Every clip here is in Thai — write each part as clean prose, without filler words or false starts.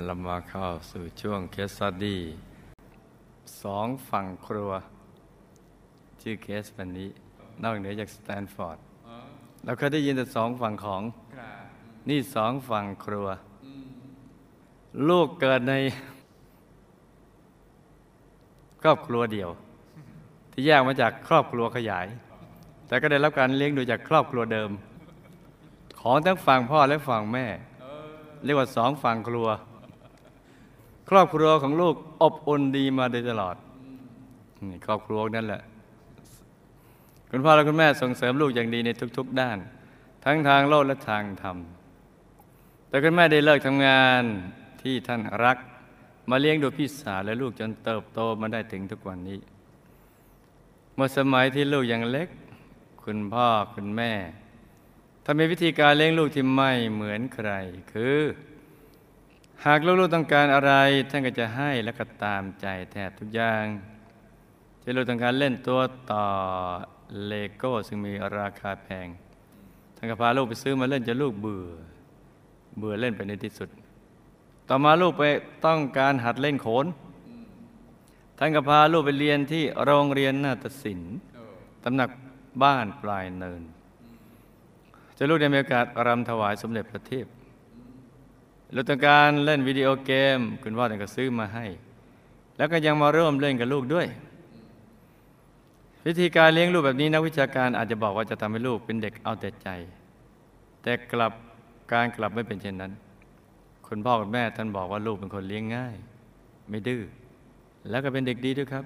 เรามาเข้าสู่ช่วงเคสสตัดดี้สองฝั่งครัวชื่อเคสวันนี้นอกเหนือจากสแตนฟอร์ดเราเคยได้ยินแต่สองฝั่งของนี่สองฝั่งครัวลูกเกิดในครอบครัวเดี่ยวที่แยกมาจากครอบครัวขยายแต่ก็ได้รับการเลี้ยงดูจากครอบครัวเดิมของทั้งฝั่งพ่อและฝั่งแม่เรียกว่าสองฝั่งครัวครอบครัวของลูกอบอุ่นดีมาโดยตลอดนี่ครอบครัวนั่นแหละคุณพ่อและคุณแม่ส่งเสริมลูกอย่างดีในทุกๆด้านทั้งทางโลกและทางธรรมแต่คุณแม่ได้เลิกทำงานที่ท่านรักมาเลี้ยงดูพี่สาวและลูกจนเติบโตมาได้ถึงทุกวันนี้เมื่อสมัยที่ลูกยังเล็กคุณพ่อคุณแม่ถ้ามีวิธีการเลี้ยงลูกที่ไม่เหมือนใครคือหากลูกๆต้องการอะไรท่านก็จะให้และก็ตามใจแทบทุกอย่างที่ลูกต้องการเล่นตัวต่อเลโก้ซึ่งมีราคาแพงท่านก็พาลูกไปซื้อมาเล่นจนลูกเบื่อเล่นไปในที่สุดต่อมาลูกไปต้องการหัดเล่นโขนท่านก็พาลูกไปเรียนที่โรงเรียนนาฏศิลป์ตำหนักบ้านปลายเนินจะลูกได้มีโอกาสรำถวายสมเด็จพระเทพลูกต้องการเล่นวิดีโอเกมคุณพ่อท่านก็ซื้อมาให้แล้วก็ยังมาร่วมเล่นกับลูกด้วยวิธีการเลี้ยงลูกแบบนี้นักวิชาการอาจจะบอกว่าจะทำให้ลูกเป็นเด็กเอาแต่ใจแต่กลับไม่เป็นเช่นนั้นคุณพ่อคุณแม่ท่านบอกว่าลูกเป็นคนเลี้ยงง่ายไม่ดื้อแล้วก็เป็นเด็กดีด้วยครับ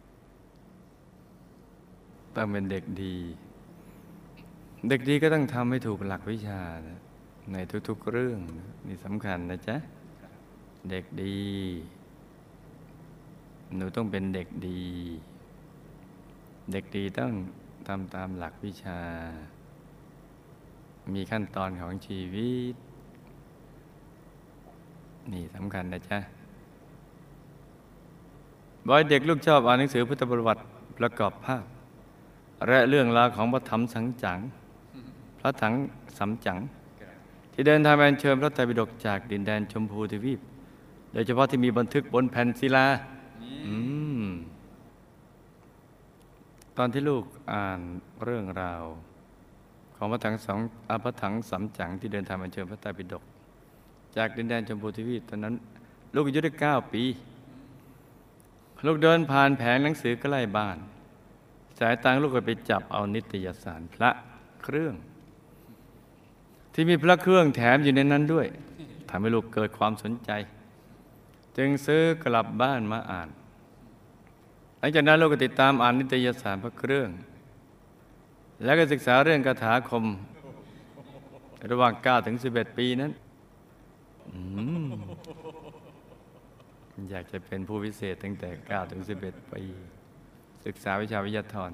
ต้องเป็นเด็กดีเด็กดีก็ต้องทำให้ถูกหลักวิชาในทุกๆเรื่องนี่สำคัญนะจ๊ะเด็กดีหนูต้องเป็นเด็กดีเด็กดีต้องทำตามหลักวิชามีขั้นตอนของชีวิตนี่สำคัญนะจ๊ะบ่อยเด็กลูกชอบอ่านหนังสือพุทธประวัติประกอบภาพและเรื่องราวของพระถังสัมจั๋งที่เดินทางไปอัญเชิญพระไตรปิฎกจากดินแดนชมพูทวีปโดยเฉพาะที่มีบันทึกบนแผ่นศิลาตอนที่ลูกอ่านเรื่องราวของพระถังสัมจั๋งที่เดินทางไปอัญเชิญพระไตรปิฎกจากดินแดนชมพูทวีปตอนนั้นลูกอายุได้9 ปีลูกเดินผ่านแผงหนังสือใกล้บ้านสายตาลูกก็ไปจับเอานิตยสารพระเครื่องที่มีพระเครื่องแถมอยู่ในนั้นด้วยทำให้ลูกเกิดความสนใจจึงซื้อกลับบ้านมาอ่านหลังจากนั้นลูกก็ติดตามอ่านนิตยสารพระเครื่องแล้วก็ศึกษาเรื่องคาถาอาคมระหว่าง9 ถึง 11 ปีนั้นอยากจะเป็นผู้พิเศษตั้งแต่9 ถึง 11 ปีศึกษาวิชาวิทยาธร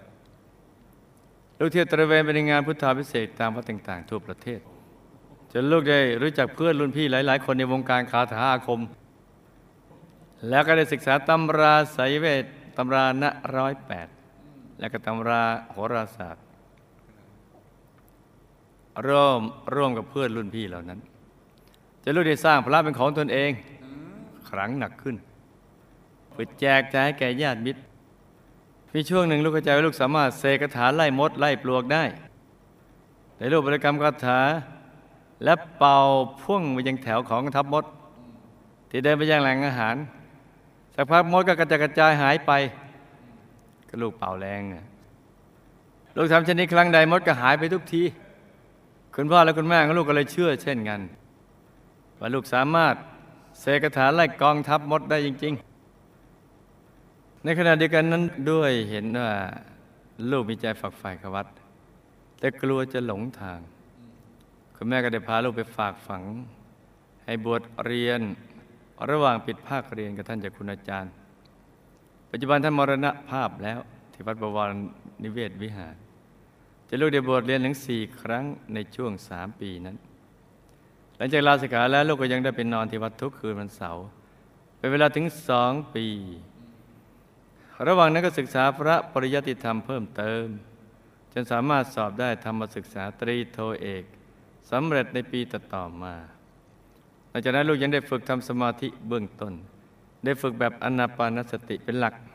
ลูกเที่ยวตระเวนไปในงานพุทธาภิเษกตามวัดต่างๆทั่วประเทศจนลูกได้รู้จักเพื่อนรุ่นพี่หลายๆคนในวงการคาถาอาคมแล้วก็ได้ศึกษาตำราไสยเวทตำราณ108และก็ตำราโหราศาสตร์ร่วมกับเพื่อนรุ่นพี่เหล่านั้นจนลูกได้สร้างพระเป็นของตนเองครั้งหนักขึ้นเพื่อแจกจ่ายให้แก่ญาติมิตรมีช่วงหนึ่งลูกเข้าใจว่าลูกสามารถเสกคาถาไล่มดไล่ปลวกได้ในรูปบริกรรมคาถาและเป่าพุ่งไปยังแถวของทัพมดที่เดินไปยังแหล่งอาหารสักพักมดก็กระจายหายไปก็ลูกเป่าแรงลูกทำเช่นนี้ครั้งใดมดก็หายไปทุกทีคุณพ่อและคุณแม่ของลูกก็เลยเชื่อเช่นกันว่าลูกสามารถเสกคาถาไล่กองทัพมดได้จริงๆในขณะเดียวกันนั้นด้วยเห็นว่าลูกมีใจฝักใฝ่เข้าวัดแต่กลัวจะหลงทางคุณแม่ก็ได้พาลูกไปฝากฝังให้บวชเรียนระหว่างปิดภาคเรียนกับท่านเจ้าคุณอาจารย์ปัจจุบันท่านมรณภาพแล้วที่วัดบวรนิเวศวิหารจะลูกได้บวชเรียนถึง4 ครั้งในช่วง3 ปีนั้นหลังจากลาสิกขาแล้วลูกก็ยังได้ไปนอนที่วัดทุกคืนวันเสาร์เป็นเวลาถึง2 ปีระหว่างนั้นก็ศึกษาพระปริยัติธรรมเพิ่มเติมจนสามารถสอบได้ธรรมศึกษาตรีโทเอกสำเร็จในปีต่อมาหลังจากนั้นลูกยังได้ฝึกทำสมาธิเบื้องต้นได้ฝึกแบบอานาปานสติเป็นหลัก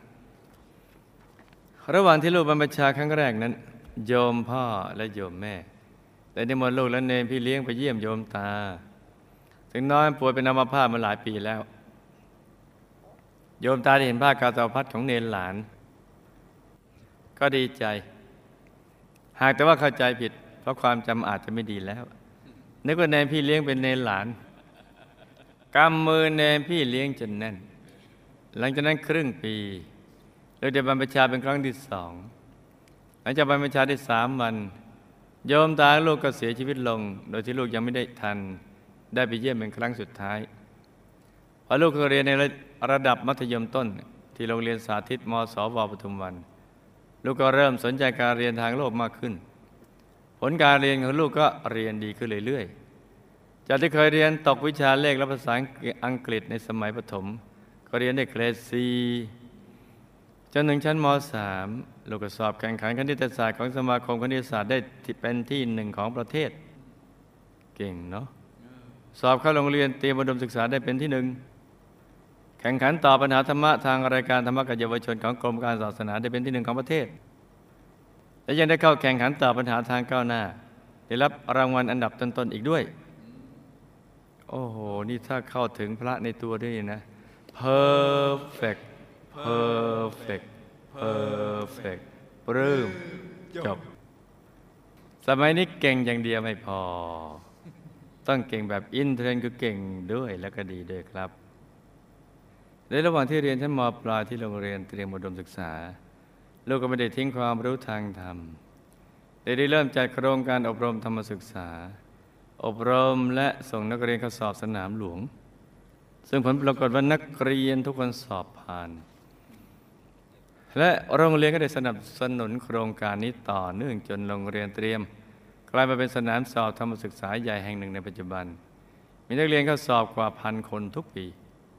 ระหว่างที่ลูกบรรพชาครั้งแรกนั้นโยมพ่อและโยมแม่ได้นิมนต์ลูกและเนรพี่เลี้ยงไปเยี่ยมโยมตาถึงน้อยป่วยเป็นอัมพาตมาหลายปีแล้วโยมตาได้เห็นภาพการสาวพัดของเนรหลานก็ดีใจหากแต่ว่าเข้าใจผิดเพราะความจำอาจจะไม่ดีแล้วนึกว่าเนรพี่เลี้ยงเป็นเนรหลานกำมือเนรพี่เลี้ยงจนแน่นหลังจากนั้นครึ่งปีลูกได้บรรพชาเป็นครั้งที่สองหลังจากบรรพชาได้3 วันโยมตาลูกก็เสียชีวิตลงโดยที่ลูกยังไม่ได้ทันได้ไปเยี่ยมเป็นครั้งสุดท้ายพอลูกเรียนในระดับมัธยมต้นที่โรงเรียนสาธิตมศว.ปทุมวันลูกก็เริ่มสนใจการเรียนทางโลกมากขึ้นผลการเรียนของลูกก็เรียนดีขึ้นเรื่อยๆจากที่เคยเรียนตกวิชาเลขและภาษาอังกฤษในสมัยประถมก็เรียนได้เกรด C จนถึงชั้นม.3 ลูกก็สอบแข่งขันคณิตศาสตร์ของสมาคมคณิตศาสตร์ได้เป็นที่1ของประเทศเก่งเนาะสอบเข้าโรงเรียนเตรียมอุดมศึกษาได้เป็นที่1แข่งขันตอบปัญหาธรรมะทางรายการธรรมะกับเยาวชนของกรมการศาสนาได้เป็นที่1ของประเทศและยังได้เข้าแข่งขันตอบปัญหาทางก้าวหน้าได้รับรางวัลอันดับต้นๆอีกด้วยโอ้โหนี่ถ้าเข้าถึงพระในตัวด้วยนะ perfect perfect perfect ปลื้มจบสมัยนี้เก่งอย่างเดียวไม่พอต้องเก่งแบบอินเทรนด์คือเก่งด้วยแล้วก็ดีด้วยครับในระหว่างที่เรียนชั้นม.ปลายที่โรงเรียนเตรียมอุดมศึกษาลูกก็ไม่ได้ทิ้งความรู้ทางธรรมได้เริ่มจัดโครงการอบรมธรรมศึกษาอบรมและส่งนักเรียนเข้าสอบสนามหลวงซึ่งผลปรากฏว่านักเรียนทุกคนสอบผ่านและโรงเรียนก็ได้สนับสนุนโครงการนี้ต่อเนื่องจนโรงเรียนเตรียมกลายมาเป็นสนามสอบธรรมศึกษาใหญ่แห่งหนึ่งในปัจจุบันมีนักเรียนเข้าสอบกว่า1,000 คนทุกปี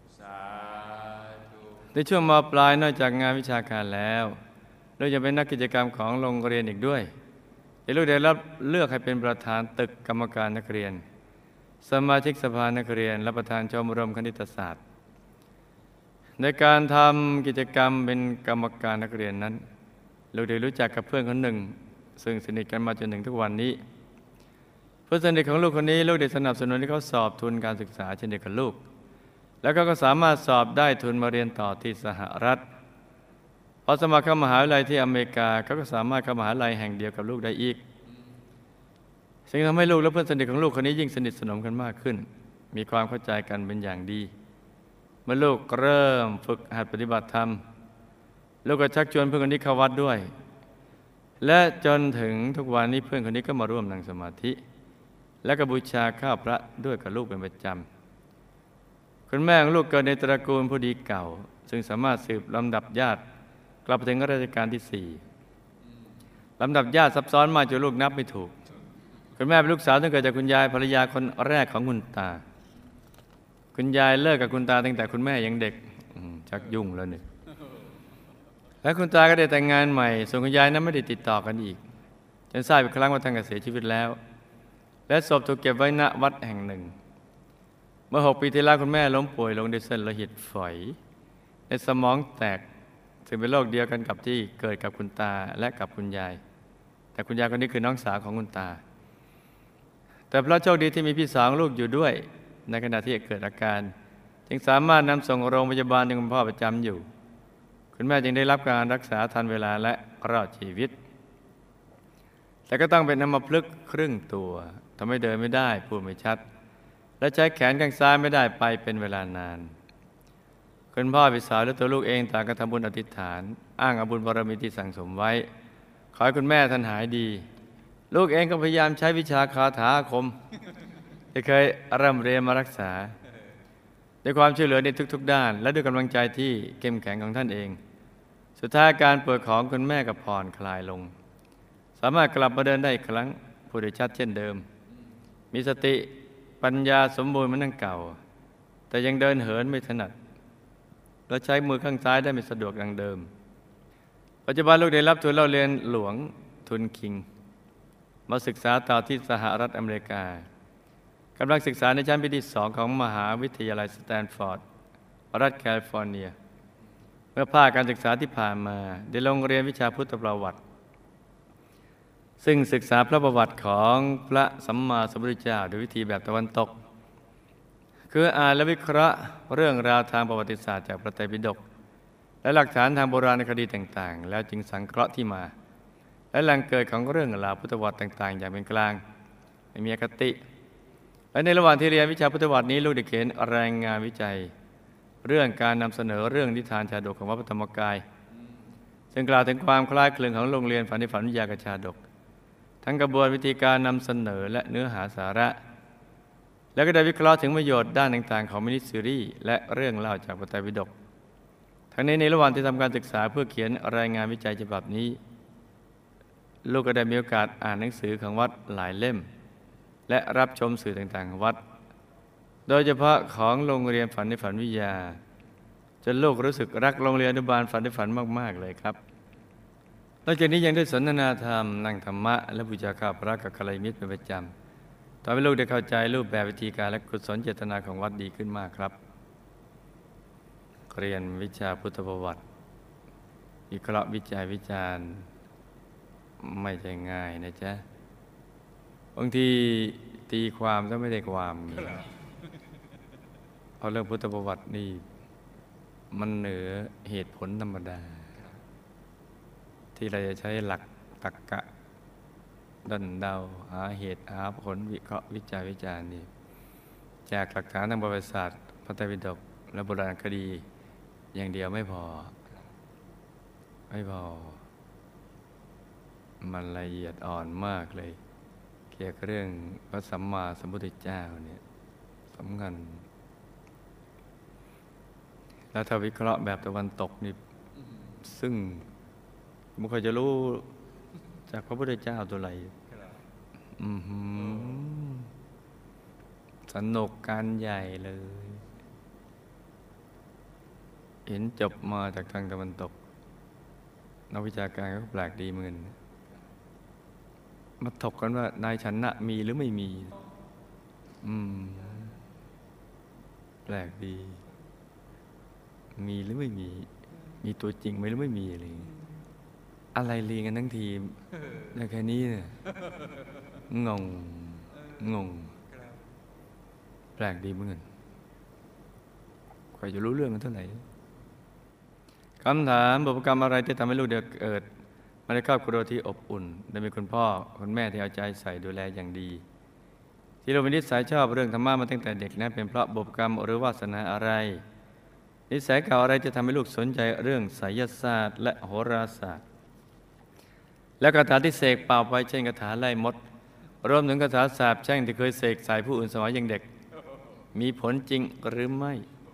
ในช่วงม.ปลายนอกจากงานวิชาการแล้วเราจะเป็นนักกิจกรรมของโรงเรียนอีกด้วยที่ลูกได้รับเลือกให้เป็นประธานตึกกรรมการนักเรียนสมาชิกสภานักเรียนและประธานชมรมคณิตศาสตร์ในการทำกิจกรรมเป็นกรรมการนักเรียนนั้นลูกได้รู้จักกับเพื่อนคนหนึ่งซึ่งสนิทกันมาจนถึงทุกวันนี้เพื่อนสนิทของลูกคนนี้ลูกได้สนับสนุนให้เขาสอบทุนการศึกษาเช่นเดียวกับลูกแล้วก็สามารถสอบได้ทุนมาเรียนต่อที่สหรัฐพอสมัครเข้ามหาวิทยาลัยที่อเมริกาเขาก็สามารถเข้ามหาวิทยาลัยแห่งเดียวกับลูกได้อีกซึ่งทำให้ลูกและเพื่อนสนิทของลูกคนนี้ยิ่งสนิทสนมกันมากขึ้นมีความเข้าใจกันเป็นอย่างดีเมื่อลูกเริ่มฝึกหัดปฏิบัติธรรมลูกก็ชักชวนเพื่อนคนนี้เข้าวัดด้วยและจนถึงทุกวันนี้เพื่อนคนนี้ก็มาร่วมนั่งสมาธิและก็บูชาข้าวพระด้วยกับลูกเป็นประจำคุณแม่ของลูกเกิดในตระกูลผู้ดีเก่าซึ่งสามารถสืบลำดับญาติกลับไปถึงรัชกาลที่4ลำดับญาติซับซ้อนมากจนลูกนับไม่ถูกคุณแม่เป็นลูกสาวที่เกิดจากคุณยายภรรยาคนแรกของคุณตาคุณยายเลิกกับคุณตาตั้งแต่คุณแม่ยังเด็กชักยุ่งแล้วเนี่ยและคุณตาก็ได้แต่งงานใหม่ส่วนคุณยายนั้นไม่ได้ติดต่อกันอีกจนทราบอีกครั้งว่าท่านก็เสียชีวิตแล้วและศพถูกเก็บไว้ณวัดแห่งหนึ่งเมื่อ6 ปีที่แล้วคุณแม่ล้มป่วยลงด้วยเส้นโลหิตฝอยในสมองแตกซึ่งเป็นโรคเดียวกันกับที่เกิดกับคุณตาและกับคุณยายแต่คุณยายคนนี้คือน้องสาวของคุณตาแต่เพราะโชคดีที่มีพี่สาวลูกอยู่ด้วยในขณะที่เกิดอาการจึงสามารถนำส่งโรงพยาบาลที่คุณพ่อประจำอยู่คุณแม่จึงได้รับการรักษาทันเวลาและรอดชีวิตแต่ก็ต้องเป็นอัมพฤกษ์ครึ่งตัวทำให้เดินไม่ได้พูดไม่ชัดและใช้แขนข้างซ้ายไม่ได้ไปเป็นเวลานานคุณพ่อพี่สาวและตัวลูกเองต่างก็ทำบุญอธิษฐานอ้างเอาบุญบารมีที่สั่งสมไว้ขอให้คุณแม่ท่านหายดีลูกเองก็พยายามใช้วิชาคาถาอาคมที่เคยร่ำเรียนมารักษาด้วยความช่วยเหลือในทุกๆด้านและด้วยกำลังใจที่เข้มแข็งของท่านเองสุดท้ายอาการป่วยของคุณแม่ก็ผ่อนคลายลงสามารถกลับมาเดินได้อีกครั้งพูดได้ชัดเช่นเดิมมีสติปัญญาสมบูรณ์เหมือนดังเก่าแต่ยังเดินเหินไม่ถนัดและใช้มือข้างซ้ายได้ไม่สะดวกดังเดิมปัจจุบันลูกได้รับทุนเล่าเรียนหลวงทุนคิงมาศึกษาต่อที่สหรัฐอเมริกากำลังศึกษาในชั้นปีที่2ของมหาวิทยาลัยสแตนฟอร์ดรัฐแคลิฟอร์เนียเมื่อภาคการศึกษาที่ผ่านมาได้ลงเรียนวิชาพุทธประวัติซึ่งศึกษาพระประวัติของพระสัมมาสัมพุทธเจ้าโดยวิธีแบบตะวันตกคืออ่านและวิเคราะห์เรื่องราวทางประวัติศาสตร์จากพระไตรปิฎกและหลักฐานทางโบราณคดีต่างๆแล้วจึงสังเคราะห์ที่มาและแหล่งเกิดของเรื่องราวพุทธประวัติต่างๆอย่างเป็นกลางไม่มีอคติและในระหว่างที่เรียนวิชาพุทธประวัตินี้ลูกได้เขียนรายงานวิจัยเรื่องการนำเสนอเรื่องนิทานชาดกของวัดพระธรรมกายซึ่งกล่าวถึงความคล้ายคลึงของโรงเรียนฝันในฝันวิทยากับชาดกทั้งกระบวนวิธีการนำเสนอและเนื้อหาสาระและก็ได้วิเคราะห์ถึงประโยชน์ด้านต่างๆของมินิซีรีส์และเรื่องเล่าจากพระไตรปิฎกทั้งนี้ในระหว่างที่ทำการศึกษาเพื่อเขียนรายงานวิจัยฉบับนี้ลูกก็ได้มีโอกาสอ่านหนังสือของวัดหลายเล่มและรับชมสื่อต่างๆของวัดโดยเฉพาะของโรงเรียนฝันในฝันวิทยาจนลูกรู้สึกรักโรงเรียนอนุบาลฝันในฝันมากๆเลยครับนอกจากนี้ยังได้สนทนาธรรมนั่งธรรมะและบูชาข้าวพระกับกัลยาณมิตรเป็นประจำทำให้ลูกได้เข้าใจรูปแบบวิธีการและกุศลเจตนาของวัดดีขึ้นมากครับเรียนวิชาพุทธประวัติวิเคราะห์วิจัยวิจารณ์ไม่ใช่ง่ายนะจ๊ะบางทีตีความก็ไม่ได้ความเอาเรื่องพุทธประวัตินี่มันเหนือเหตุผลธรรมดาที่เราจะใช้หลักตรรกะดันเดาหาเหตุหาผลวิเคราะห์วิจัยวิจารณ์นี่จากหลักฐานทางประวัติศาสตร์พระไตรปิฎกและโบราณคดีอย่างเดียวไม่พอมันละเอียดอ่อนมากเลยเกี่ยวกับเรื่องพระสัมมาสัมพุทธเจ้าเนี่ยสำคัญแล้วถ้าวิเคราะห์แบบตะวันตกนี่ซึ่งไม่ค่อยจะรู้จากพระพุทธเจ้าตัวไหนสนุกการใหญ่เลยเห็นจบมาจากทางตะวันตกนักวิชาการก็แปลกดีเหมือนกันมาถกกันว่านายชนะมีหรือไม่มีแปลกดีมีหรือไม่มีตัวจริงไหมหรือไม่มีอะไรเรียงกันทั้งทีมได้แค่นี้เนี่ยงงแปลกดีเหมือนกันใครจะรู้เรื่องกันเท่าไหร่คำถามบุพกรรมอะไรที่ทำให้ลูกเด็กเกิดมาในครอบครัวที่อบอุ่นโดยมีคุณพ่อคุณแม่ที่เอาใจใส่ดูแลอย่างดีที่เราเป็นนิสัยชอบเรื่องธรรมะมาตั้งแต่เด็กนั้นเป็นเพราะบุพกรรมหรือวาสนาอะไรนิสัยเก่าอะไรจะทำให้ลูกสนใจเรื่องไสยศาสตร์และโหราศาสตร์และคาถาที่เสกเป่าไปเช่นคาถาไล่มดรวมถึงคาถาสาปแช่งที่เคยเสกใส่ผู้อื่นสมัยยังเด็กมีผลจริงหรือไม่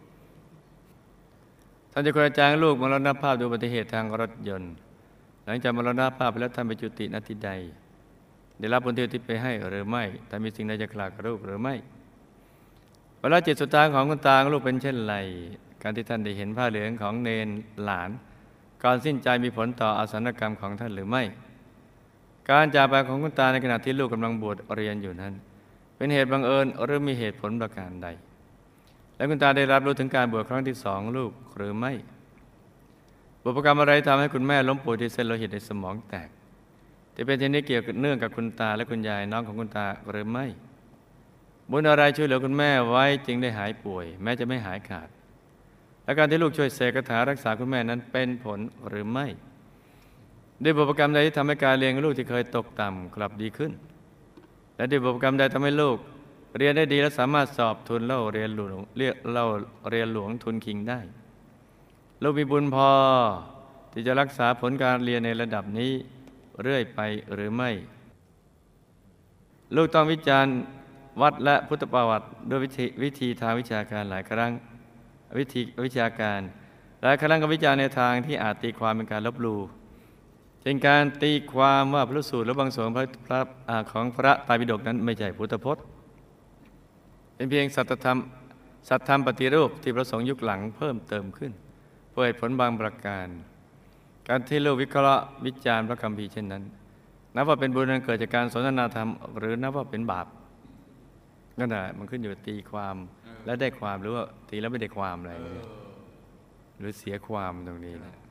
ท่านเจ้าคุณอาจารย์ลูกมรณภาพด้วยอุบัติเหตุทางรถยนต์หลังจากมรณภาพไปแล้วท่านไปจุติณที่ใดได้รับผลที่อุทิศไปให้หรือไม่ถ้ามีสิ่งใดจะกล่าวกับลูกหรือไม่เวลาจิตสุดท้ายของคุณตาลูกเป็นเช่นไรการที่ท่านได้เห็นผ้าเหลืองของเนนหลานก่อนสิ้นใจมีผลต่ออาสนกรรมของท่านหรือไม่การจากไปของคุณตาในขณะที่ลูกกำลังบวชเรียนอยู่นั้นเป็นเหตุบังเอิญหรือมีเหตุผลประการใดและคุณตาได้รับรู้ถึงการบวชครั้งที่2ลูกหรือไม่บุพกรรมอะไรทำให้คุณแม่ล้มป่วยที่เส้นโลหิตในสมองแตกที่เป็นที่นี้เกี่ยวกับเนื่องกับคุณตาและคุณยายน้องของคุณตาหรือไม่บุญอะไรช่วยเหลือคุณแม่ไว้จึงได้หายป่วยแม้จะไม่หายขาดและการที่ลูกช่วยเสกคาถารักษาคุณแม่นั้นเป็นผลหรือไม่ด้วยบุพกรรมใดที่ทำให้การเลี้ยงลูกที่เคยตกต่ำกลับดีขึ้นและด้วยบุพกรรมใดทำให้ลูกเรียนได้ดีและสามารถสอบทุนเล่าเรียนหลวงทุนคิงได้ลูกมีบุญพอที่จะรักษาผลการเรียนในระดับนี้เรื่อยไปหรือไม่ลูกต้องวิจารณ์วัดและพุทธประวัติด้วยวิธีทางวิชาการหลายครั้งวิชาการหลายครั้งก็วิจารณ์ในทางที่อาจตีความเป็นการลบหลู่เช่นการตีความว่าพระสูตรและบางส่วนของพระไตรปิฎกนั้นไม่ใช่พุทธพจน์เป็นเพียงสัตธรรมปฏิรูปที่พระสงฆ์ยุคหลังเพิ่มเติมขึ้นเพื่อให้ผลบางประการการที่ลูกวิเคราะห์วิจารณ์พระคัมภีร์เช่นนั้นนับว่าเป็นบุญนั้นเกิดจากการสนทนาธรรมหรือนับว่าเป็นบาปนั่นแหละมันขึ้นอยู่กับตีความแล้วได้ความหรือว่าตีแล้วไม่ได้ความอะไรหรือเสียความตรงนี้นะ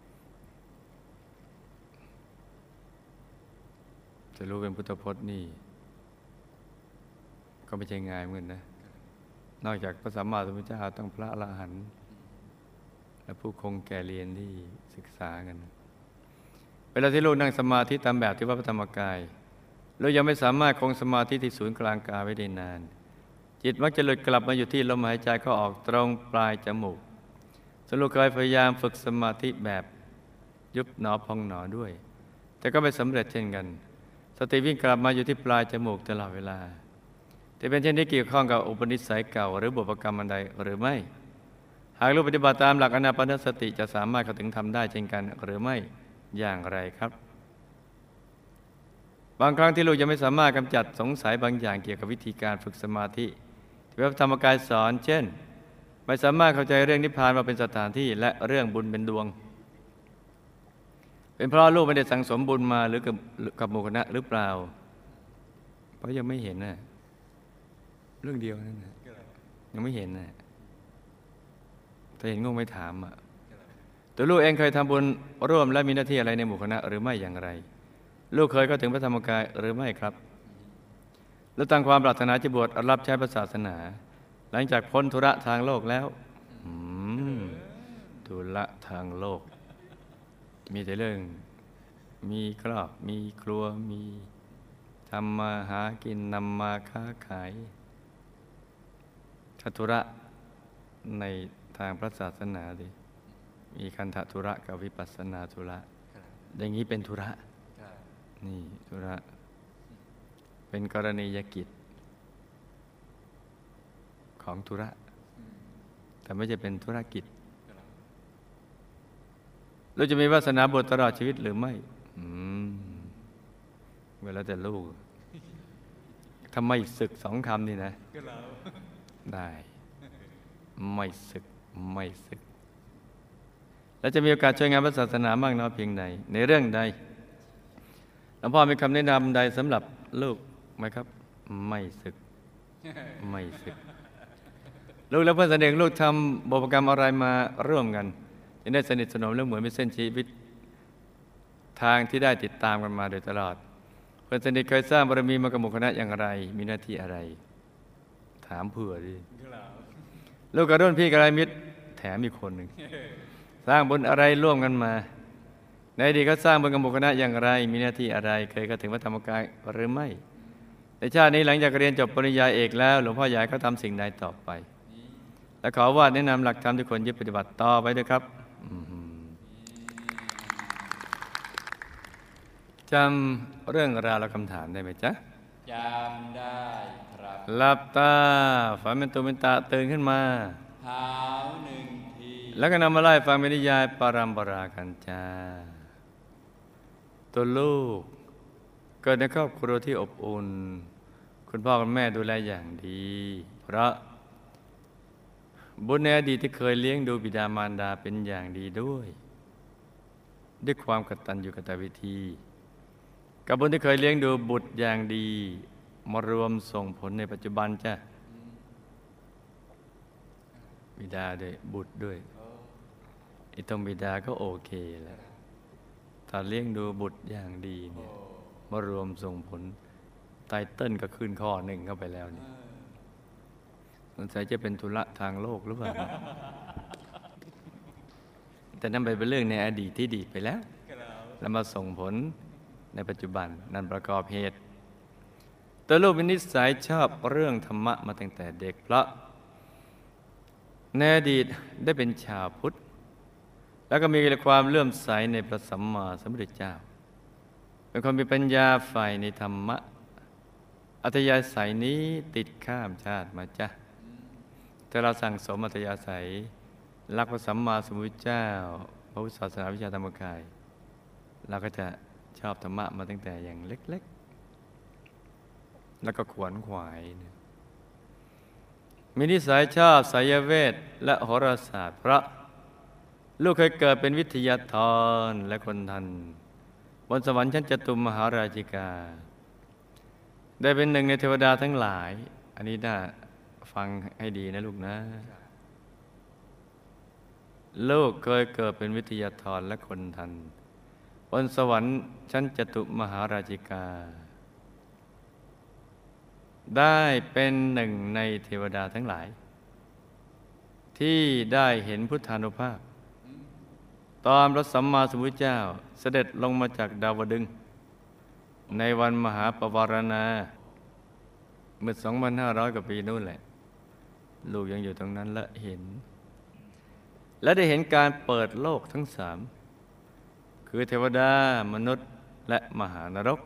จะรู้เป็นพุทธพจน์นี่ก็ไม่ใช่ง่ายเหมือนนะนอกจากพระสัมมาสัมพุทธเจ้าต้องพระอรหันต์และผู้คงแก่เรียนที่ศึกษากันเวลาที่ลูกนั่งสมาธิตามแบบที่วัดพระธรรมกายเรายังไม่สามารถคงสมาธิที่ศูนย์กลางกายไว้ได้นานจิตมักจะหลุดกลับมาอยู่ที่ลมหายใจเข้าออกตรงปลายจมูกสรุปเคยพยายามฝึกสมาธิแบบยุบหนอพองหนอด้วยแต่ก็ไม่สำเร็จเช่นกันสติวิ่งกลับมาอยู่ที่ปลายจมูกตลอดเวลาแต่เป็นเช่นนี้เกี่ยวข้องกับอุปนิสัยเก่าหรือบุพกรรมอันใดหรือไม่หากลูกปฏิบัติตามหลักอานาปานสติจะสามารถเข้าถึงทำได้เช่นกันหรือไม่อย่างไรครับบางครั้งที่ลูกยังไม่สามารถกำจัดสงสัยบางอย่างเกี่ยวกับวิธีการฝึกสมาธิที่พระธรรมกายสอนเช่นไม่สามารถเข้าใจเรื่องนิพพานว่าเป็นสถานที่และเรื่องบุญเป็นดวงเป็นเพราะลูกไม่ได้สั่งสมบุญมาหรือกับหมู่คณะหรือเปล่าเพราะยังไม่เห็นน่ะเรื่องเดียวนั่นน่ะยังไม่เห็นน่ะแต่เห็นงงไม่ถามอ่ะตัวลูกเองเคยทำบุญร่วมและมีหน้าที่อะไรในหมู่คณะหรือไม่อย่างไรลูกเคยเข้าถึงพระธรรมกายหรือไม่ครับแล้วตั้งความปรารถนาจะบวชรับใช้พระศาสนาหลังจากพ้นธุระทางโลกแล้วธุระทางโลกมีแต่เรื่องมีครอบมีครัวมีทำมาหากินนำมาค้าขายธุระในทางพระศาสนาดิมีคันธธุระกับวิปัสสนาธุระอย่างนี้เป็นธุระนี่ธุระเป็นกรณียกิจของธุระแต่ไม่ใช่เป็นธุรกิจเราจะมีวาสนาบวชตลอดชีวิตหรือไม่เวลาแต่ลูกถ้าไม่ศึกสองคำนี่นะได้ไม่ศึกไม่ศึกแล้วจะมีโอกาสช่วยงานพระศาสนามากน้อยเพียงใดในเรื่องใดหลวงพ่อมีคำแนะนำใดสำหรับลูกไหมครับไม่ศึกไม่ศึกลูกและเพื่อนสนิทลูกทำบุพกรรมอะไรมาร่วมกันจะได้สนิทสนมและเหมือนเป็นเส้นชีวิตทางที่ได้ติดตามกันมาโดยตลอดเพื่อนสนิทเคยสร้างบารมีมากับหมู่คณะอย่างไรมีหน้าที่อะไรถามเผื่อดิลูกกับรุ่นพี่กัลยาณมิตรแถมอีกคนหนึ่งสร้างบุญอะไรร่วมกันมาในอดีตเขาสร้างบุญกับหมู่คณะอย่างไรมีหน้าที่อะไรเคยเข้าถึงพระธรรมกายหรือไม่ในชาตินี้หลังจากเรียนจบปริญญาเอกแล้วหลวงพ่ออยากเขาทำสิ่งใดต่อไปและขอว่าแนะนำหลักธรรมที่ควรยึดปฏิบัติต่อไปด้วยครับจำเรื่องราวและคำถามได้ไหมจ๊ะจำได้ครับหลับตาฝันเป็นตุเป็นตะตื่นขึ้นมาเท้าหนึ่งทีแล้วก็นำมาไล่ฟังเป็นนิยายปรัมปรากันจ้าตัวลูกเกิดในครอบครัวที่อบอุ่นคุณพ่อคุณแม่ดูแลอย่างดีเพราะบุญในอดีตที่เคยเลี้ยงดูบิดามารดาเป็นอย่างดีด้วยความกตัญญูกตวิธีกับบุญที่เคยเลี้ยงดูบุตรอย่างดีมารวมส่งผลในปัจจุบันจ้ะบิดาด้วยบุตรด้วยตรงบิดาก็โอเคแล้วถ้าเลี้ยงดูบุตรอย่างดีเนี่ยมารวมส่งผลไตเติ้ลก็ขึ้นข้อหนึ่งเข้าไปแล้วนี่สงสัยจะเป็นธุระทางโลกหรือเปล่า แต่นั่นเป็นเรื่องในอดีตที่ดีไปแล้วแล้วมาส่งผลในปัจจุบันนั่นประกอบเหตุตัวลูกมีนิสัยชอบเรื่องธรรมะมาตั้งแต่เด็กเพราะในอดีตได้เป็นชาวพุทธแล้วก็มีความเลื่อมใสในพระสัมมาสัมพุทธเจ้าเป็นคนมีปัญญาใฝ่ในธรรมะอัธยาศัยนี้ติดข้ามชาติมาจ้ะแต่เราสั่งสมอัธยาศัยรักพระสัมมาสัมพุทธเจ้าพระพุทธศาสนาวิชาธรรมกายเราก็จะชอบธรรมะมาตั้งแต่อย่างเล็กๆแล้วก็ขวนขวายมีนิสัยชอบไสยเวทและโหราศาสตร์เพราะลูกเคยเกิดเป็นวิทยาธรและคนทันบนสวรรค์ชั้นจตุมมหาราชิกาได้เป็นหนึ่งในเทวดาทั้งหลายอันนี้น่าฟังให้ดีนะลูกนะ ลูกเคยเกิดเป็นวิทยาธรและคนทันบนสวรรค์ชั้นจตุมหาราชิกา ได้เป็นหนึ่งในเทวดาทั้งหลาย ที่ได้เห็นพุทธานุภาพ ตอนพระสัมมาสัมพุทธเจ้าเสด็จลงมาจากดาวดึงส์ในวันมหาปวารณาเมื่อ 2,500 กว่าปีนู่นแหละ ลูกยังอยู่ตรงนั้นและเห็น และได้เห็นการเปิดโลกทั้งสามคือเทวดามนุษย์และมหานรก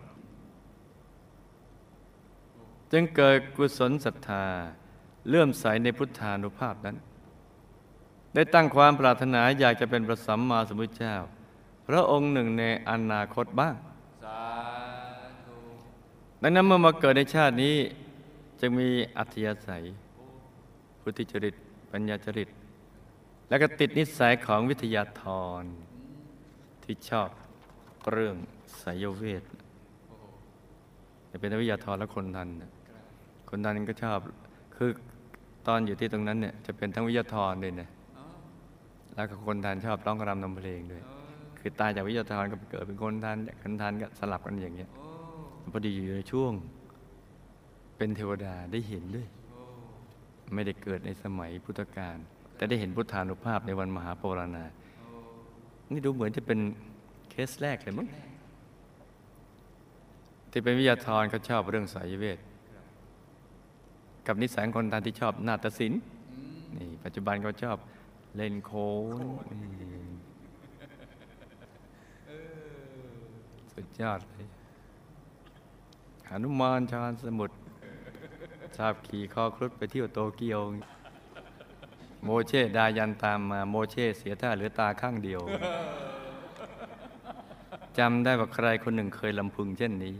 จึงเกิดกุศลศรัทธาเลื่อมใสในพุทธานุภาพนั้น ได้ตั้งความปรารถนาอยากจะเป็นพระสัมมาสัมพุทธเจ้าพระองค์หนึ่งในอนาคตบ้างสาธุดังนั้นเมื่อมาเกิดในชาตินี้จึงมีอัธยาศัยพุทธิจริตปัญญาจริต และก็ติดนิสัยของวิทยาธรที่ชอบเรื่องไสยเวทจะเป็นวิทยาธรและคนทันคนทันก็ชอบคือตอนอยู่ที่ตรงนั้นเนี่ยจะเป็นทั้งวิทยาธรด้วยนะแล้วก็คนทันชอบร้องรำนำเพลงด้วยคือตายจากวิทยาธรก็เกิดเป็นคนทันคนทันก็สลับกันอย่างเงี้ยพอดีอยู่ในช่วงเป็นเทวดาได้เห็นด้วยไม่ได้เกิดในสมัยพุทธกาลแต่ได้เห็นพุทธานุภาพในวันมหาปวารณานี่ดูเหมือนจะเป็นเคสแรกเลยมั้งที่เป็นวิทยาธรเขาชอบเรื่องไสยเวทกับนิสัยคนทันที่ชอบนาฏศิลป์นี่ปัจจุบันเขาชอบเล่นโขนสุดยอดเลยหนุมานชาญสมุทรชอบขี่คอครุฑไปเที่ยวโตเกียวโมเช่ดายันตามมาโมเช่เสียท่าเหลือตาข้างเดียวจำได้ว่าใครคนหนึ่งเคยลำพึงเช่นนี้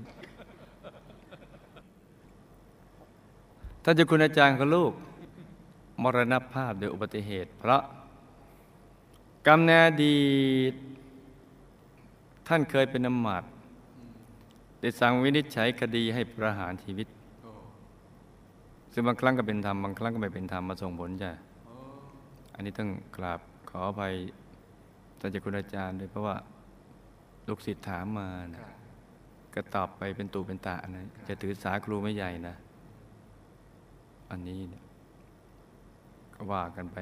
ท่านเจ้าคุณอาจารย์ของลูกมรณภาพโดยอุบัติเหตุ เพราะกรรมในอดีตท่านเคยเป็นอำมาตย์ได้สั่งวินิจฉัยคดีให้ประหารชีวิตซึ่งบางครั้งก็เป็นธรรมบางครั้งก็ไม่เป็นธรรมมาส่งผลจ้ะอันนี้ต้องกราบขออภัยท่านเจ้าคุณอาจารย์ด้วยเพราะว่าลูกศิษย์ถามมานะก็ตอบไปเป็นตู่เป็นตะนะจะถือสาครูไม่ใหญ่นะอันนี้เนี่ยก็ว่ากันไป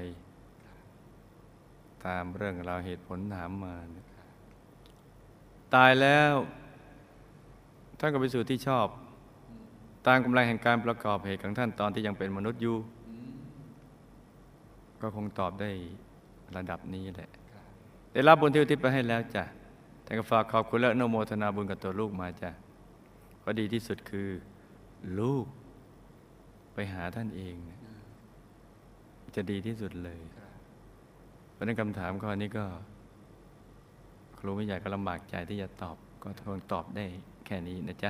ตามเรื่องราวเหตุผลถามมานะตายแล้วท่านก็ไปสู่ที่ชอบตามกำลังแห่งการประกอบเหตุของท่านตอนที่ยังเป็นมนุษย์อยู่ก็คงตอบได้ระดับนี้แหละได้รับบุญที่อุทิศไปให้แล้วจ้ะแต่ก็ฝากขอบคุณและอนุโมทนาบุญกับตัวลูกมาจ้ะเพราะดีที่สุดคือลูกไปหาท่านเองจะดีที่สุดเลยเพราะนั้นคำถามข้อนี้ก็ครูไม่ใหญ่ก็ลำบากใจที่จะตอบก็ทนตอบได้แค่นี้นะจ๊ะ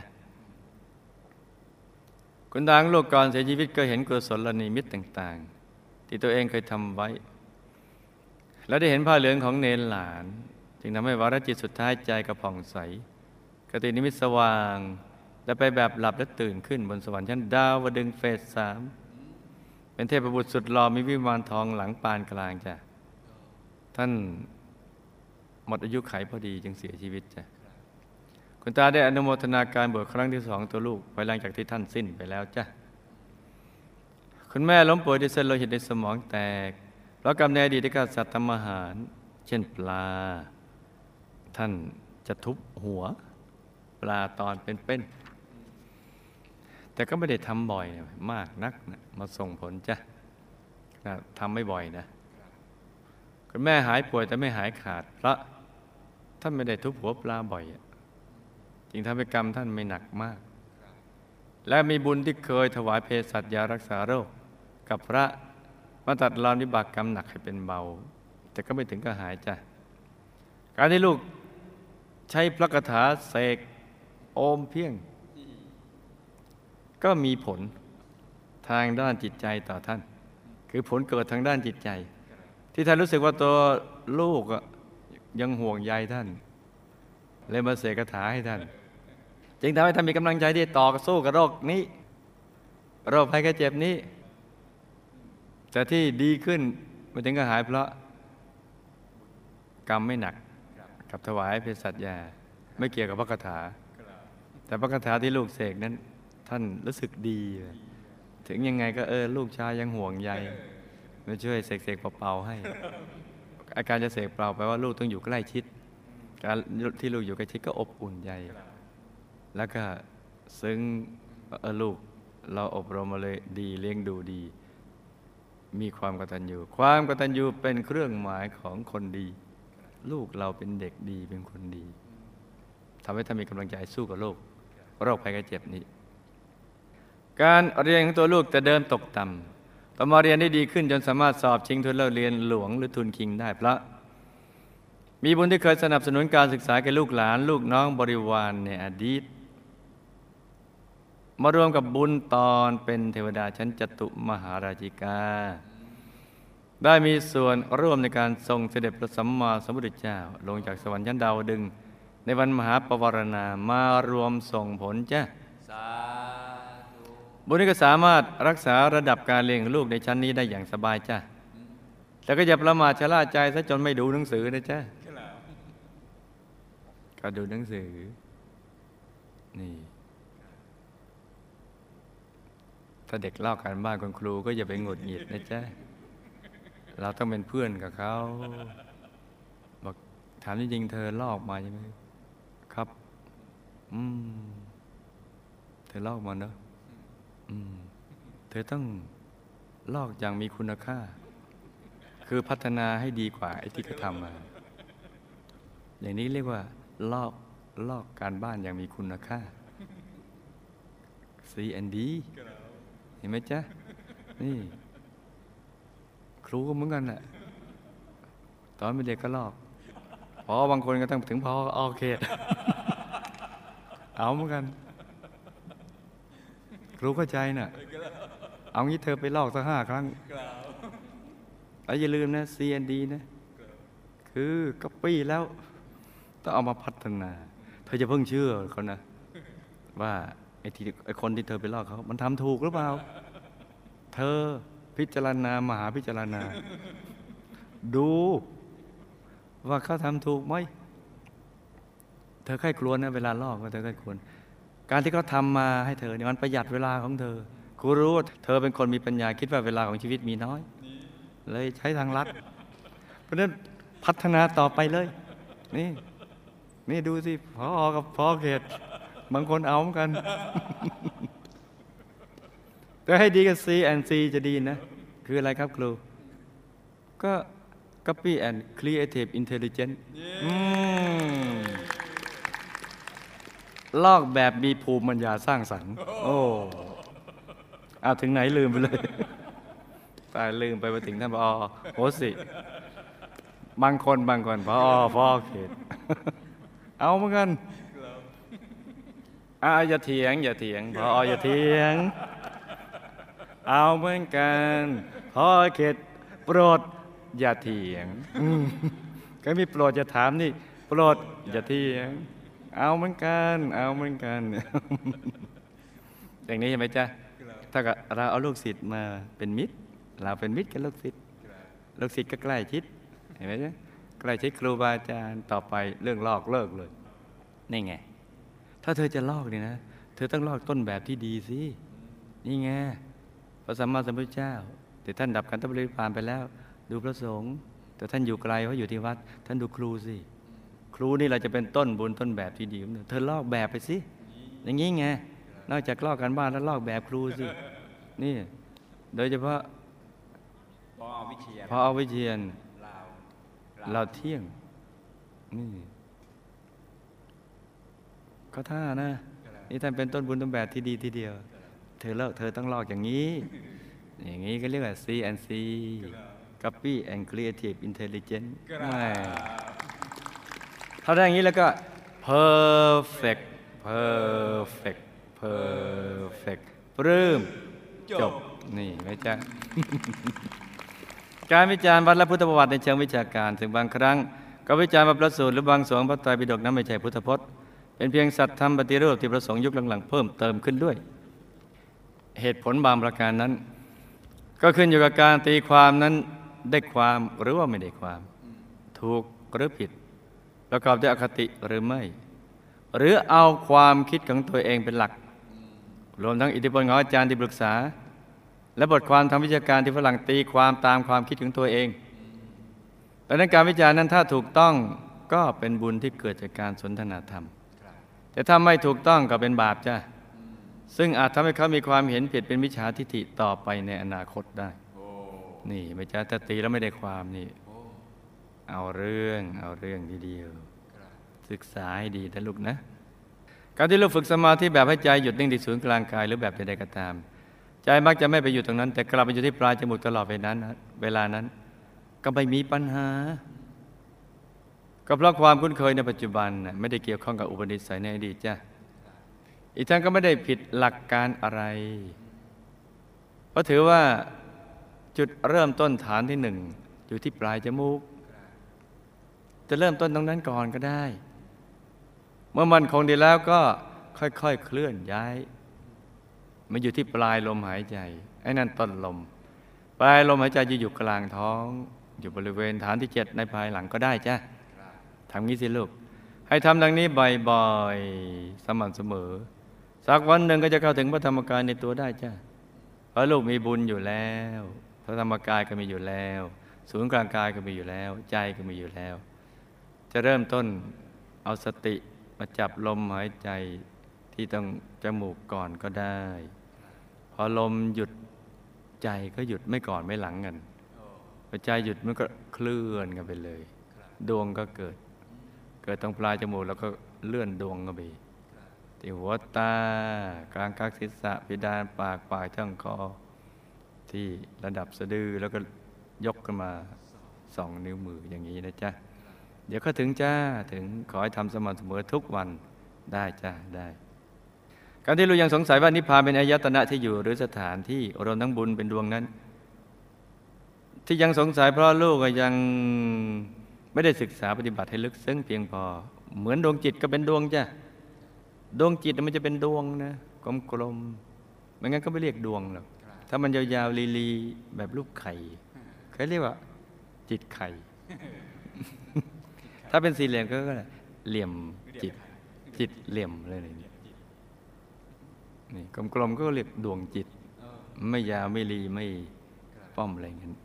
คุณทางลูกก่อนเสียชีวิตก็เห็นกุศลนิมิตต่างๆที่ตัวเองเคยทำไว้แล้วได้เห็นผ้าเหลืองของเนรหลานจึงทำให้วาระจิตสุดท้ายใจกระผ่องใสกตินิมิตสว่างและไปแบบหลับและตื่นขึ้นบนสวรรค์ชั้นดาวดึงส์เฟส 3เป็นเทพบุตรสุดหล่อมีวิมานทองหลังปานกลางจ้ะท่านหมดอายุไขพอดีจึงเสียชีวิตจ้ะคุณตาได้อนุโมทนาการบวชครั้งที่ 2ตัวลูกภายหลังจากที่ท่านสิ้นไปแล้วจ้ะคุณแม่ล้มป่วยด้วยเส้นโลหิตในสมองแตกเพราะกรรมในอดีตที่ฆ่าสัตว์ทำอาหารเช่นปลาท่านจะทุบหัวปลาตอนเป็นแต่ก็ไม่ได้ทำบ่อยมากนักนะมาส่งผลจ้ะทำไม่บ่อยนะคุณแม่หายป่วยแต่ไม่หายขาดเพราะท่านไม่ได้ทุบหัวปลาบ่อยจึงทำให้กรรมท่านไม่หนักมากและมีบุญที่เคยถวายเภสัชยารักษาโรคกับพระมาตัดรอนวิบากกรรมหนักให้เป็นเบาแต่ก็ไม่ถึงกับหายจ้ะการที่ลูกใช้พระคาถาเสกโอมเพียงก็มีผลทางด้านจิตใจต่อท่านคือผลเกิดทางด้านจิตใจที่ท่านรู้สึกว่าตัวลูกยังห่วงใยท่านเลยมาเสกคาถาให้ท่านจึงทำให้ท่านมีกำลังใจที่ต่อสู้กับโรคนี้โรคภัยแค่เจ็บนี้แต่ที่ดีขึ้นไม่ถึงกับหายเพราะกรรมไม่หนักกับถวายเภสัชยาไม่เกี่ยวกับพระคาถาแต่พระคาถาที่ลูกเสกนั้นท่านรู้สึกดีถึงยังไงก็ลูกชายยังห่วงใยมาช่วยเสกเป่าๆให้อาการจะเสกเป่าแปลว่าลูกต้องอยู่ใกล้ชิดการที่ลูกอยู่ใกล้ชิดก็อบอุ่นใจแล้วก็ซึ้งลูกเราอบรมมาเลยดีเลี้ยงดูดีมีความกตัญญูความกตัญญูเป็นเครื่องหมายของคนดีลูกเราเป็นเด็กดีเป็นคนดีทำให้ท่านมีกำลังใจสู้กับโรคภัยไข้เจ็บนี้การเรียนของตัวลูกแต่เดิมตกต่ำต่อมาเรียนได้ดีขึ้นจนสามารถสอบชิงทุนเรียนหลวงหรือทุนคิงได้เพราะมีบุญที่เคยสนับสนุนการศึกษาแก่ลูกหลานลูกน้องบริวารในอดีตมารวมกับบุญตอนเป็นเทวดาชั้นจตุมหาราชิกาได้มีส่วนร่วมในการทรงเสด็จพระสัมมาสัมพุทธเจ้าลงจากสวรรค์ชั้นดาวดึงส์ในวันมหาปวารณามารวมส่งผลจ้ะสาธุบุญนี้ก็สามารถรักษาระดับการเลี้ยงลูกในชั้นนี้ได้อย่างสบายจ้ะแต่ก็อย่าประมาทชะล่าใจซะจนไม่ดูหนังสือนะจ๊ะก็ดูหนังสือนี่ถ้าเด็กลอกการบ้านคุณครูก็อย่าไปหงุดหงิดนะจ๊ะเราต้องเป็นเพื่อนกับเขาบอกถามจริงๆเธอลอกมาใช่ไหมครับเธอลอกมาเนอะเธอต้องลอกอย่างมีคุณค่าคือพัฒนาให้ดีกว่าไอ้ที่เขาทำมาอย่างนี้เรียกว่าลอกการบ้านอย่างมีคุณค่า C&D เห็นไหมจ๊ะนี่ครูก็เหมือนกันแหละตอนเป็นเด็กก็ลอกพอบางคนก็ต้องถึงพอเขต เอาเหมือนกันครูเข้าใจน่ะเอางี้เธอไปลอกสัก5 ครั้งแล้วอย่าลืมนะ C&D นะคือก๊อปปี้แล้วต้องเอามาพัฒนาเธอจะเพิ่งเชื่อเขานะว่าไอ้คนที่เธอไปลอกเขามันทำถูกหรือเปล่าเธอพิจารณามหาพิจารณาดูว่าเขาทำถูกไหมเธอใคร่ครวญนะเวลาลอกเธอใคร่ครวญการที่เขาทำมาให้เธอเนี่ยมันประหยัดเวลาของเธอครูรู้ว่าเธอเป็นคนมีปัญญาคิดว่าเวลาของชีวิตมีน้อยเลยใช้ทางลัดเพราะฉะนั้นพัฒนาต่อไปเลยนี่ดูสิพอกับพอเขตบางคนเอาเหมือนกันแต่ให้ดีกับ C&C จะดีนะคืออะไรครับครูก็ Copy and Creative Intelligence ลอกแบบมีภูมิปัญญาสร้างสรรค์เอาถึงไหนลืมไปเลยตายลืมไปมาถึงท่านผอ.โหสิบางคนผอ.เขตเอาเหมือนกันอย่าเถียงผอ.อย่าเถียงเอาเหมือนกันพอเขตโปรดอย่าเถียงก็มีโปรดอย่าถามนี่โปรดอย่าเถียงเอาเหมือนกันอย่างนี้ใช่ไหมจ๊ะถ้าเราเอาลูกศิษย์มาเป็นมิตรเราเป็นมิตรกับลูกศิษย์ก็ใกล้ชิดเห็นไหมจ๊ะใกล้ชิดครูบาอาจารย์ต่อไปเรื่องลอกเลิกเลยนี่ไงถ้าเธอจะลอกนี่นะเธอต้องลอกต้นแบบที่ดีสินี่ไงพระสัมมาสัมพุทธเจ้าแต่ท่านดับขันธปรินิพพานไปแล้วดูพระสงฆ์แต่ท่านอยู่ไกลเพราะอยู่ที่วัดท่านดูครูสิครูนี่เราจะเป็นต้นบุญต้นแบบที่ดีเธอลอกแบบไปสิอย่างนี้ไงนอกจากลอกกันบ้านแล้วลอกแบบครูสินี่โดยเฉพาะพอเอาวิเชียรเราเที่ยงนี่ก็ท่านะนี่ท่านเป็นต้นบุญต้นแบบที่ดีทีเดียวเธอต้องลอกอย่างนี้ก็เรียกว่า C&C Copy and Creative Intelligence ถ้าได้อย่างนี้แล้วก็ perfect ปลื้มจบนี่ไหมจ๊ะ การวิจารณ์วัดและพุทธประวัติในเชิงวิชาการถึงบางครั้งก็วิจารณ์ว่าพระสูตรหรือบางสวงพระไตรปิฎกนั้นไม่ใช่พุทธพจน์เป็นเพียงสัตธรรมปฏิรูปที่พระสงฆ์ยุคหลังๆเพิ่มเติมขึ้นด้วยเหตุผลบางประการนั้น ก็ขึ้นอยู่กับการตีความนั้นได้ความหรือว่าไม่ได้ความ ถูกหรือผิดประกอบด้วยอคติหรือไม่ หรือเอาความคิดของตัวเองเป็นหลัก รวมทั้งอิทธิพลของอาจารย์ที่ปรึกษา และบทความทางวิชาการที่ฝรั่งตีความตามความคิดของตัวเองดังนั้นการวิจารณ์นั้นถ้าถูกต้องก็เป็นบุญที่เกิดจากการสนทนาธรรม แต่ถ้าไม่ถูกต้องก็เป็นบาปจ้ะซึ่งอาจทำให้เขามีความเห็นผิดเป็นมิจฉาทิฏฐิต่อไปในอนาคตได้นี่ไม่จ้ะถ้าตีแล้วไม่ได้ความนี่เอาเรื่องทีเดียวศึกษาให้ดีนะลูกนะการที่ลูกฝึกสมาธิแบบให้ใจหยุดนิ่งที่ศูนย์กลางกายหรือแบบใดๆก็ตามใจมักจะไม่ไปอยู่ตรงนั้นแต่กลับไปอยู่ที่ปลายจมูกตลอดเวลานั้นก็ไม่มีปัญหาก็เพราะความคุ้นเคยในปัจจุบันไม่ได้เกี่ยวข้องกับอุปนิสัยในอดีตจ้ะอีกทั้งก็ไม่ได้ผิดหลักการอะไรเพราะถือว่าจุดเริ่มต้นฐานที่หนึ่งอยู่ที่ปลายจมูกจะเริ่มต้นตรงนั้นก่อนก็ได้เมื่อมันคงดีแล้วก็ค่อยๆเคลื่อนย้ายมาอยู่ที่ปลายลมหายใจไอ้นั่นต้นลมปลายลมหายใจจะอยู่กลางท้องอยู่บริเวณฐานที่7ในภายหลังก็ได้จ้ะทำงี้สิลูกให้ทำดังนี้บ่อยๆสม่ำเสมอสักวันหนึ่งก็จะเข้าถึงพระธรรมกายในตัวได้จ้ะเพราะลูกมีบุญอยู่แล้วพระธรรมกายก็มีอยู่แล้วศูนย์กลางกายก็มีอยู่แล้วใจก็มีอยู่แล้วจะเริ่มต้นเอาสติมาจับลมหายใจที่ต้องจมูกก่อนก็ได้พอลมหยุดใจก็หยุดไม่ก่อนไม่หลังกันพอใจหยุดมันก็เคลื่อนกันไปเลยดวงก็เกิดตรงปลายจมูกแล้วก็เลื่อนดวงกันไปที่หัวตากลางกักศีรษะเพดานปากปลายช่องคอที่ระดับสะดือแล้วก็ยกขึ้นมา2 นิ้วมืออย่างนี้นะจ๊ะเดี๋ยวก็ถึงจ้าถึงขอให้ทำสม่ำเสมอทุกวันได้จ้าได้การที่เรายังสงสัยว่านิพพานเป็นอายตนะที่อยู่หรือสถานที่รวมทั้งบุญเป็นดวงนั้นที่ยังสงสัยเพราะลูกยังไม่ได้ศึกษาปฏิบัติให้ลึกซึ้งเพียงพอเหมือนดวงจิตก็เป็นดวงจ้ะดวงจิตมันจะเป็นดวงนะกลมๆไม่งั้นก็ไม่เรียกดวงหรอกถ้ามันยาวๆลีๆแบบรูปไข่เขาเรียกว่าจิตไข่ ถ้าเป็นสี่เหลี่ยมก็เหลี่ยมจิตเหลี่ยมอะไรอย่างนี้นี่กลมๆก็เรียกดวงจิตไม่ยาวไม่ลีไม่ป้อมอะไรอย่างนั้น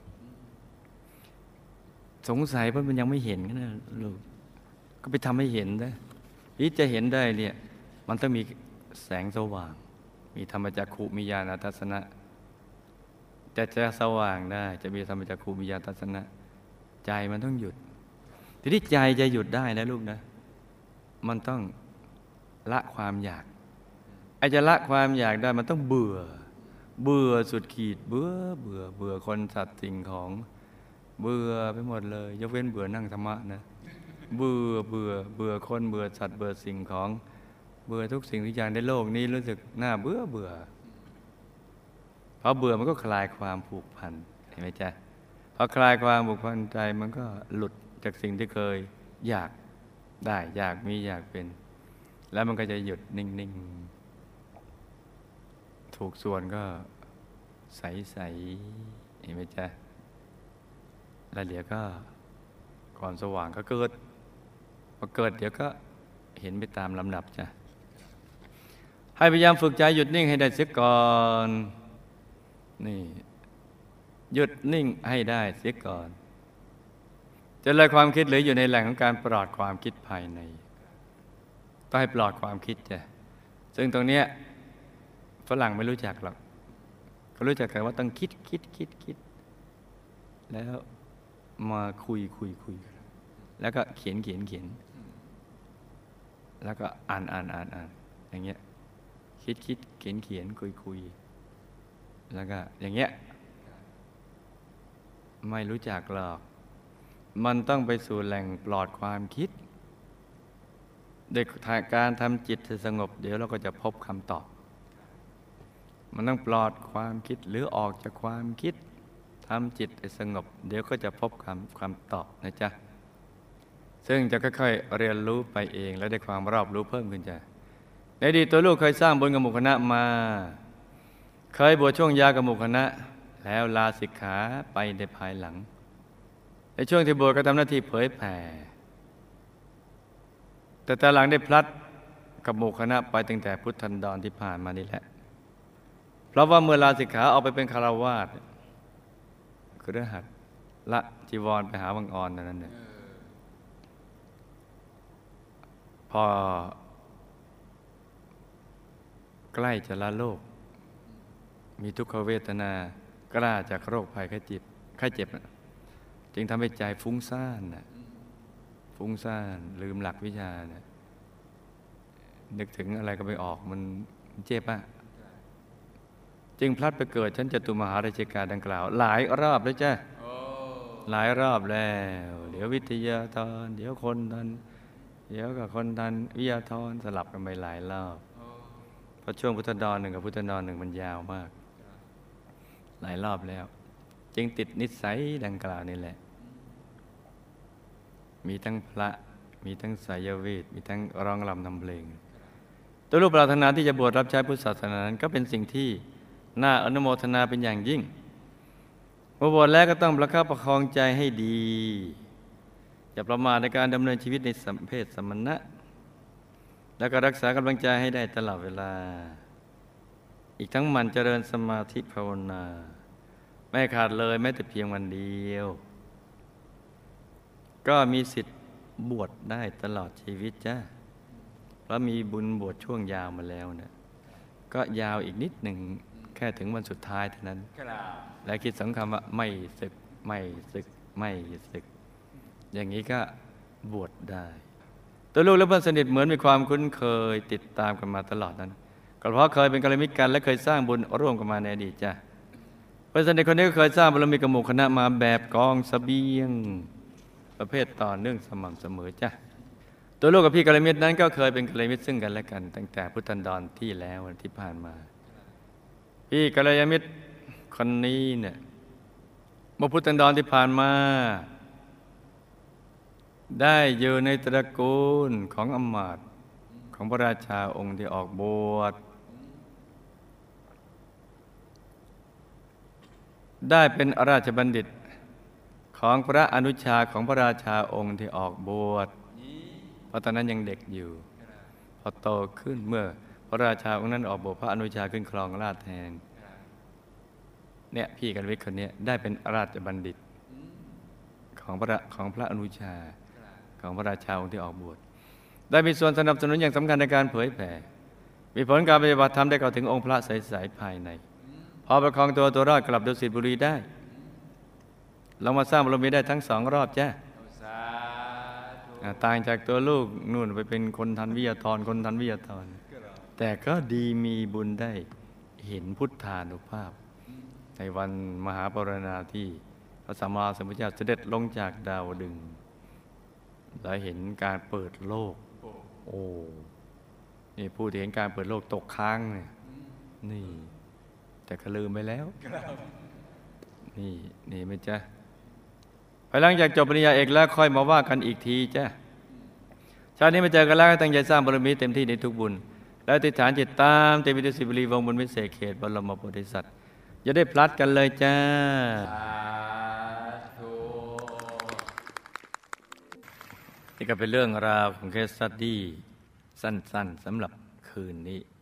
สงสัยเพราะมันยังไม่เห็นนะลูกก็ไปทำให้เห็นนะที่จะเห็นได้เนี่ยมันต้องมีแสงสว่างมีธรรมจักขุมีญาณทัศนะจะสว่างได้จะมีธรรมจักขุมีญาณทัศนะใจมันต้องหยุดทีนี้ใจจะหยุดได้นะลูกนะมันต้องละความอยากไอ้จะละความอยากได้มันต้องเบื่อสุดขีดเบื่อคนสัตว์สิ่งของเบื่อไปหมดเลยยกเว้นเบื่อนั่งธรรมะนะเบื่อคนเบื่อสัตว์เบื่อสิ่งของเบื่อทุกสิ่งทุกอย่างในโลกนี้รู้สึกน่าเบื่อพอเบื่อมันก็คลายความผูกพันเห็นไหมจ๊ะพอคลายความผูกพันใจมันก็หลุดจากสิ่งที่เคยอยากได้อยากมีอยากเป็นแล้วมันก็จะหยุดนิ่งๆถูกส่วนก็ใสๆเห็นไหมจ๊ะแล้วเดี๋ยวก็ความสว่างก็เกิดพอเกิดเดี๋ยวก็เห็นไปตามลำดับจ้ะให้พยายามฝึกใจหยุดนิ่งให้ได้เสียก่อนนี่หยุดนิ่งให้ได้เสียก่อนจะเลยความคิดหรืออยู่ในแหล่งของการปลอดความคิดภายในต้องให้ปลอดความคิดจ้ะซึ่งตรงเนี้ยฝรั่งไม่รู้จักหรอกเขารู้จักกันว่าต้องคิดแล้วมาคุยแล้วก็เขียนแล้วก็อ่านอย่างเงี้ยคิดเขียนคุยแล้วก็อย่างเงี้ยไม่รู้จักหรอกมันต้องไปสู่แหล่งปลอดความคิดโดยการทำจิตให้สงบเดี๋ยวเราก็จะพบคำตอบมันต้องปลอดความคิดหรือออกจากความคิดทำจิตให้สงบเดี๋ยวก็จะพบคำตอบนะจ๊ะซึ่งจะค่อยๆเรียนรู้ไปเองและได้ความรอบรู้เพิ่มขึ้นจ้ะในอดีตตัวลูกเคยสร้างบุญกับหมู่คณะมาเคยบวชช่วงยาวกับหมู่คณะแล้วลาสิกขาไปในภายหลังในช่วงที่บวชก็ทำหน้าที่เผยแผ่แต่ตอนหลังได้พลัดกับหมู่คณะไปตั้งแต่พุทธันดรที่ผ่านมานี่แหละเพราะว่าเมื่อลาสิกขาออกไปเป็นคฤหัสถ์คือฤหัสละจีวรไปหาบังออนนั่นเนี่ยพอใกล้จะละโลกมีทุกขเวทนากล้าจากโรคภัยไข้เจ็บนะจึงทำให้ใจฟุ้งซ่านนะฟุ้งซ่านลืมหลักวิชานะนึกถึงอะไรก็ไม่ออกมันเจ็บอะจึงพลัดไปเกิดชั้นจตุมหาราชิกาดังกล่าวหลายรอบแล้วจ้ะหลายรอบแล้วเดี๋ยววิทยาธรเดี๋ยวคนทันเดี๋ยวกับคนทันวิทยาธรสลับกันไปหลายรอบเพราะช่วงพุทธดรหนึ่งกับพุทธดรหนึ่งมันยาวมากหลายรอบแล้วจึงติดนิสัยดังกล่าวนี่แหละมีทั้งพระมีทั้งไสยเวทมีทั้งร้องรำทำเพลงตัวรูปปรารถนาที่จะบวชรับใช้พุทธศาสนานั้นก็เป็นสิ่งที่น่าอนุโมทนาเป็นอย่างยิ่งเมื่อบวชแล้วก็ต้องประคับประคองใจให้ดีอย่าประมาทในการดำเนินชีวิตในเพศสมณะแล้วก็รักษากำลังใจให้ได้ตลอดเวลาอีกทั้งมันเจริญสมาธิภาวนาไม่ขาดเลยแม้แต่เพียงวันเดียวก็มีสิทธิ์บวชได้ตลอดชีวิตจ้าเพราะมีบุญบวชช่วงยาวมาแล้วเนี่ยก็ยาวอีกนิดหนึ่งแค่ถึงวันสุดท้ายเท่านั้นและคิดสำคัญว่าไม่ศึกไม่ศึกไม่ศึกอย่างนี้ก็บวชได้ตัวลูกและเพื่อนสนิทเหมือนมีความคุ้นเคยติดตามกันมาตลอดนั้นก็เพราะเคยเป็นกัลยาณมิตรกันและเคยสร้างบุญร่วมกันมาในอดีตจ้ะเพื่อนสนิทคนนี้ก็เคยสร้างบารมีกับหมู่คณะมาแบบกองเสบียงประเภทต่อเนื่องสม่ำเสมอจ้ะตัวลูกกับพี่กัลยาณมิตรนั้นก็เคยเป็นกัลยาณมิตรซึ่งกันและกันตั้งแต่พุทธันดรที่แล้วที่ผ่านมาพี่กัลยาณมิตรคนนี้เนี่ยเมื่อพุทธันดรที่ผ่านมาได้อยู่ในตระกูลของอำมาตย์ของพระราชาองค์ที่ออกบวชได้เป็นราชบัณฑิตของพระอนุชาของพระราชาองค์ที่ออกบวชเพราะตอนนั้นยังเด็กอยู่พอโตขึ้นเมื่อพระราชาองค์นั้นออกบวชพระอนุชาขึ้นครองราชย์แทนเนี่ยพี่กัลยาณมิตรคนนี้ได้เป็นราชบัณฑิตของพระอนุชาของพระราชาองค์ที่ออกบวชได้มีส่วนสนับสนุนอย่างสำคัญในการเผยแผ่มีผลการปฏิบัติธรรมได้เข้าถึงองค์พระใสๆภายในพอประคองตัวรอดกลับดุสิตบุรีได้เรามาสร้างบารมีได้ทั้ง2 รอบจ้ะต่างจากตัวลูกนู่นไปเป็นคนทันวิทยาธรแต่ก็ดีมีบุญได้เห็นพุทธานุภาพในวันมหาปรารณาที่พระสัมมาสัมพุทธเจ้าเสด็จลงจากดาวดึงส์แล้วเห็นการเปิดโลกโอ้นี่ผู้ที่เห็นการเปิดโลกตกค้างเนี่ยนี่แต่ก็ลืมไปแล้วนี่ไหมจ๊ะภายหลังจากจบปริญญาเอกแล้วค่อยมาว่ากันอีกทีจ้ะชาตินี้มาเจอกันแล้วตั้งใจสร้างบารมีเต็มที่ในทุกบุญและอธิษฐานจิตตามเตมิตรศิบรีวงศ์บุญวิเศษเขตบรมโพธิสัตว์จะได้พลัดกันเลยจ้านี่ก็เป็นเรื่องราวของเคสสตัดดี้สั้นๆสำหรับคืนนี้